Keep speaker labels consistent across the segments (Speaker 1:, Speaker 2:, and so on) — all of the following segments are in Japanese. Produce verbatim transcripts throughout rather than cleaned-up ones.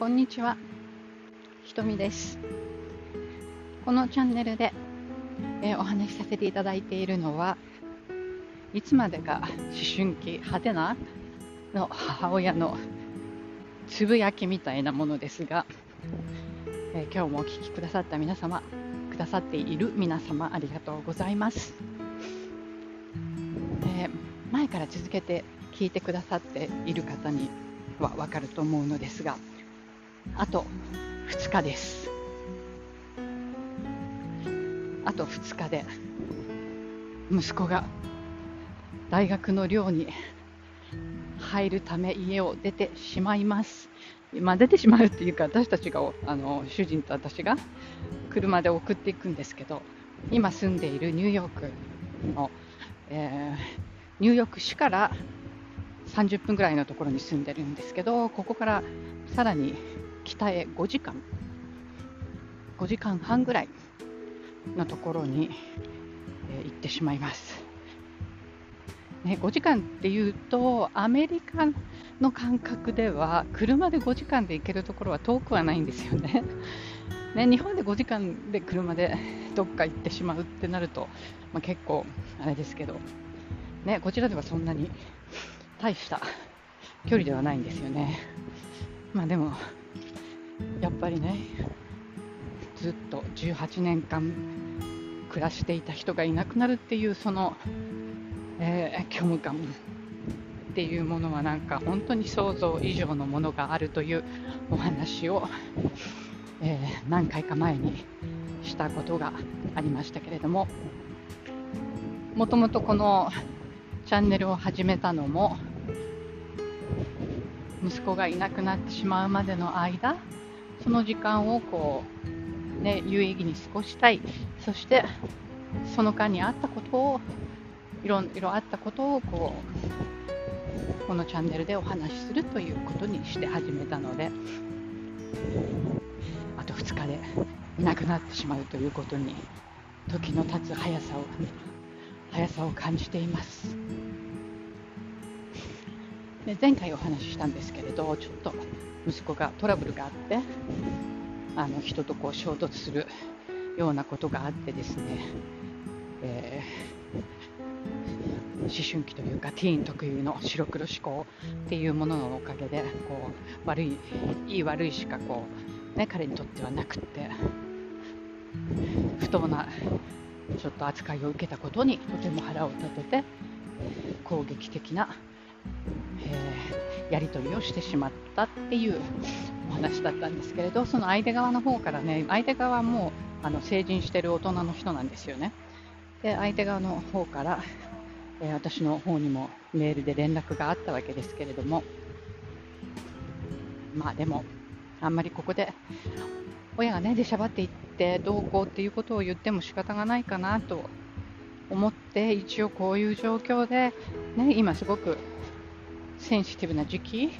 Speaker 1: こんにちは、ひとみです。このチャンネルで、えーお話しさせていただいているのはいつまでか思春期派手なの母親のつぶやきみたいなものですが、えー今日もお聞きくださった皆様、くださっている皆様ありがとうございます。えー前から続けて聞いてくださっている方にはわかると思うのですが、あとふつかです。あとふつかで息子が大学の寮に入るため家を出てしまいます。まあ、出てしまうっていうか、私たちがあの主人と私が車で送っていくんですけど、今住んでいるニューヨークの、えーニューヨーク市からさんじゅっぷんぐらいのところに住んでるんですけど、ここからさらに北へごじかんごじかんはんぐらいのところに、えー行ってしまいます、ね、ごじかんっていうとアメリカの感覚では車でごじかんで行けるところは遠くはないんですよね。ね、日本でごじかんで車でどっか行ってしまうってなると、まあ、結構あれですけど、ね、こちらではそんなに大した距離ではないんですよね。まあでもやっぱりね、ずっとじゅうはちねんかん暮らしていた人がいなくなるっていうその、えー虚無感っていうものはなんか本当に想像以上のものがあるというお話を、えー何回か前にしたことがありましたけれども、もともとこのチャンネルを始めたのも息子がいなくなってしまうまでの間、その時間をこう、ね、有意義に過ごしたい。そしてその間にあったことをいろいろあったことをこうこのチャンネルでお話しするということにして始めたので、あとふつかでいなくなってしまうということに時の経つ速さを速さを感じています。で前回お話ししたんですけれど、ちょっと息子がトラブルがあって、あの人とこう衝突するようなことがあってですね、えー思春期というかティーン特有の白黒思考っていうもののおかげでこう悪いいい悪いしかこう、ね、彼にとってはなくって、不当なちょっと扱いを受けたことにとても腹を立てて攻撃的な、えーやり取りをしてしまったっていうお話だったんですけれど、その相手側の方からね、相手側はもうあの成人してる大人の人なんですよね。で相手側の方から、えー私の方にもメールで連絡があったわけですけれども、まあでもあんまりここで親がね出しゃばっていってどうこうっていうことを言っても仕方がないかなと思って、一応こういう状況で、ね、今すごくセンシティブな時期、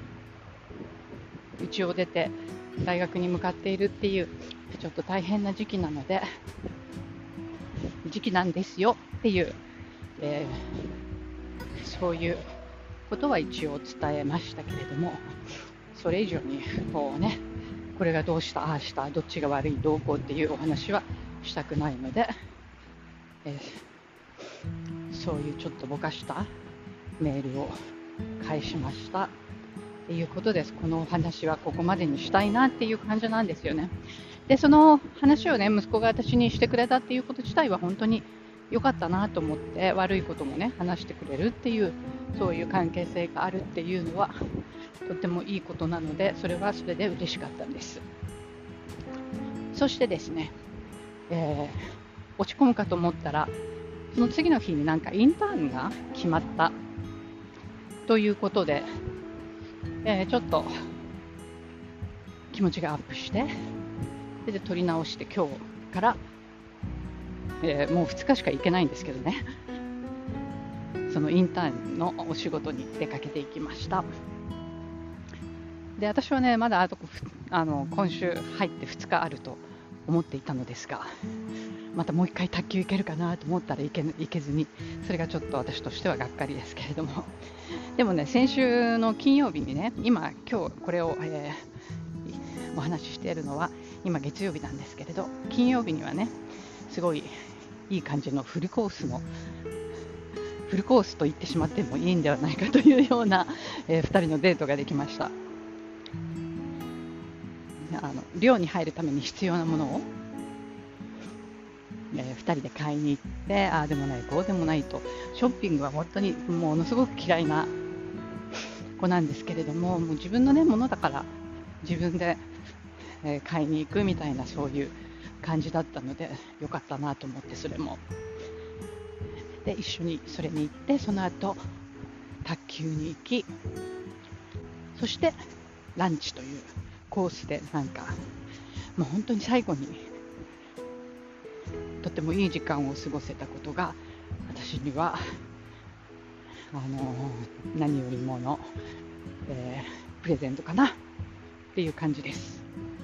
Speaker 1: 家を出て大学に向かっているっていうちょっと大変な時期なので、時期なんですよっていう、えーそういうことは一応伝えましたけれども、それ以上にこうね、これがどうしたああしたどっちが悪いどうこうっていうお話はしたくないので、えーそういうちょっとぼかしたメールを返しましたっていうことです。このお話はここまでにしたいなっていう感じなんですよね。でその話をね息子が私にしてくれたっていうこと自体は本当に良かったなと思って、悪いこともね話してくれるっていう、そういう関係性があるっていうのはとてもいいことなので、それはそれで嬉しかったんです。そしてですね、えー落ち込むかと思ったら、その次の日になんかインターンが決まったということで、えーちょっと気持ちがアップして、で取り直して今日から、えーもうふつかしか行けないんですけどね、そのインターンのお仕事に出かけていきました。で私はねまだあとあの今週入ってふつかあると思っていたのですが、またもう一回卓球行けるかなと思ったら行け、行けずに、それがちょっと私としてはがっかりですけれども、でもね先週の金曜日にね、今今日これを、えーお話ししているのは今月曜日なんですけれど、金曜日にはねすごいいい感じのフルコースのフルコースと言ってしまってもいいんではないかというような、えー、ふたりのデートができました。あの寮に入るために必要なものを、えー、ふたりで買いに行って、ああでもないこうでもないと、ショッピングは本当にものすごく嫌いな子なんですけれども、もう自分の、ね、ものだから自分で、えー、買いに行くみたいな、そういう感じだったのでよかったなと思って、それもで一緒にそれに行って、その後卓球に行き、そしてランチというコースで、なんかもう本当に最後にとてもいい時間を過ごせたことが、私にはあの何よりもの、えー、プレゼントかなっていう感じです。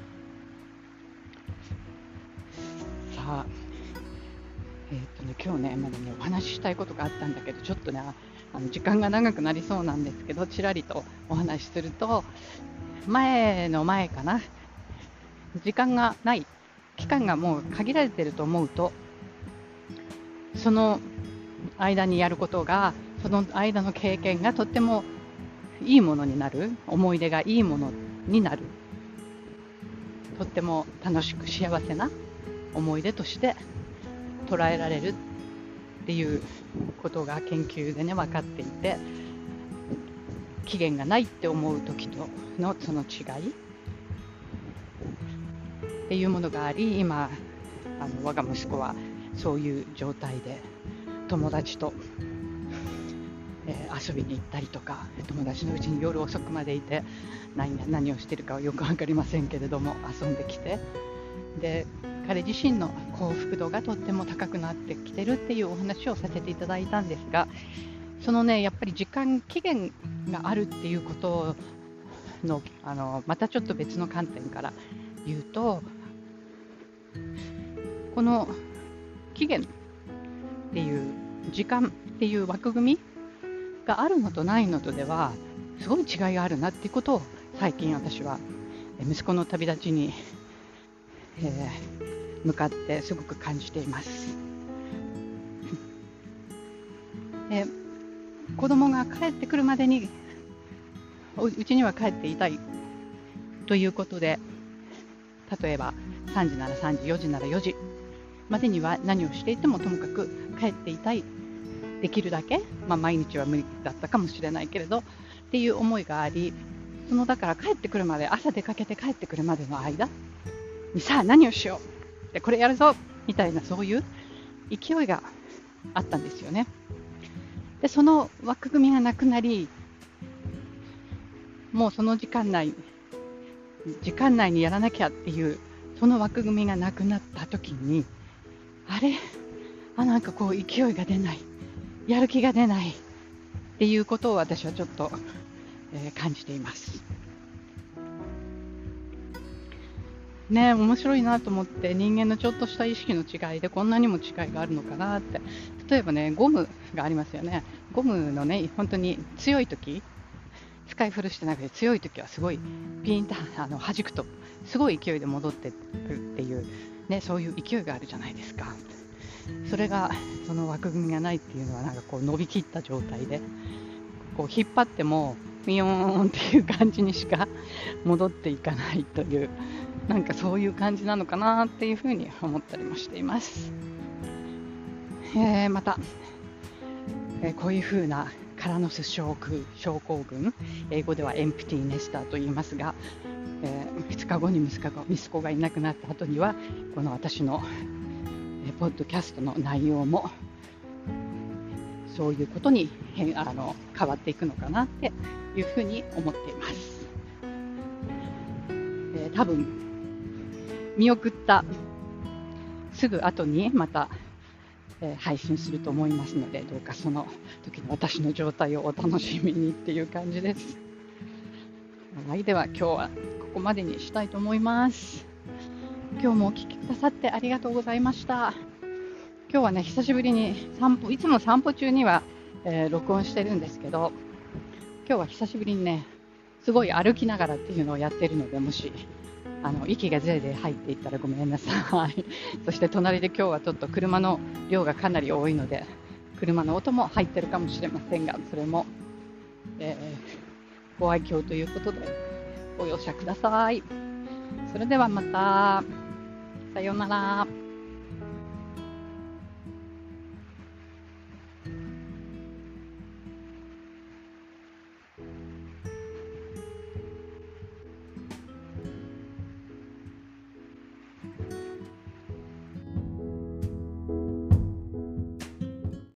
Speaker 1: さあ、えーっとね、今日ねまだねお話ししたいことがあったんだけど、ちょっとねあの時間が長くなりそうなんですけど、ちらりとお話しすると、前の前かな、時間がない期間がもう限られていると思うと、その間にやることが、その間の経験がとってもいいものになる、思い出がいいものになる、とっても楽しく幸せな思い出として捉えられるっていうことが研究でね分かっていて、期限がないって思う時とのその違いっていうものがあり、今あの我が息子はそういう状態で友達と、えー、遊びに行ったりとか、友達のうちに夜遅くまでいて 何, 何をしてるかはよく分かりませんけれども、遊んできて、で彼自身の幸福度がとっても高くなってきてるっていうお話をさせていただいたんですが、そのねやっぱり時間期限があるっていうことの、あのまたちょっと別の観点から言うと、この期限っていう時間っていう枠組みがあるのとないのとではすごい違いがあるなっていうことを、最近私は息子の旅立ちに、えー向かってすごく感じています。で子供が帰ってくるまでにうちには帰っていたいということで、例えばさんじならさんじ、よじならよじまでには何をしていてもともかく帰っていたい、できるだけ、まあ、毎日は無理だったかもしれないけれどっていう思いがあり、そのだから帰ってくるまで、朝出かけて帰ってくるまでの間に、さあ何をしよう、でこれやるぞみたいな、そういう勢いがあったんですよね。でその枠組みがなくなり、もうその時間内時間内にやらなきゃっていうその枠組みがなくなった時に、あれあなんかこう勢いが出ない、やる気が出ないっていうことを私はちょっと、えー、感じていますね。面白いなと思って、人間のちょっとした意識の違いでこんなにも違いがあるのかなって。例えばね、ゴムがありますよね。ゴムのね、本当に強い時、使い古してなくて強い時はすごいピンとあの弾くとすごい勢いで戻ってくるっていう、ね、そういう勢いがあるじゃないですか。それがその枠組みがないっていうのは、なんかこう伸びきった状態でこう引っ張ってもピヨーンっていう感じにしか戻っていかないという、なんかそういう感じなのかなっていうふうに思ったりもしています。えー、また、えー、こういうふうなカラノス症候群、英語ではエンプティネスターと言いますが、えー、ふつかごに息子が、息子がいなくなった後には、この私の、えー、ポッドキャストの内容もそういうことに変あの変わっていくのかなっていうふうに思っています。えー、多分見送ったすぐ後にまた、えー、配信すると思いますので、どうかその時の私の状態をお楽しみにっていう感じです。はい、では今日はここまでにしたいと思います。今日もお聞きくださってありがとうございました。今日はね、久しぶりに散歩、いつも散歩中には、えー、録音してるんですけど、今日は久しぶりにね、すごい歩きながらっていうのをやってるので、もしあの息がぜいぜい入っていったらごめんなさい。そして隣で今日はちょっと車の量がかなり多いので、車の音も入ってるかもしれませんが、それも、えー、ご愛嬌ということでご容赦ください。それではまた、さようなら。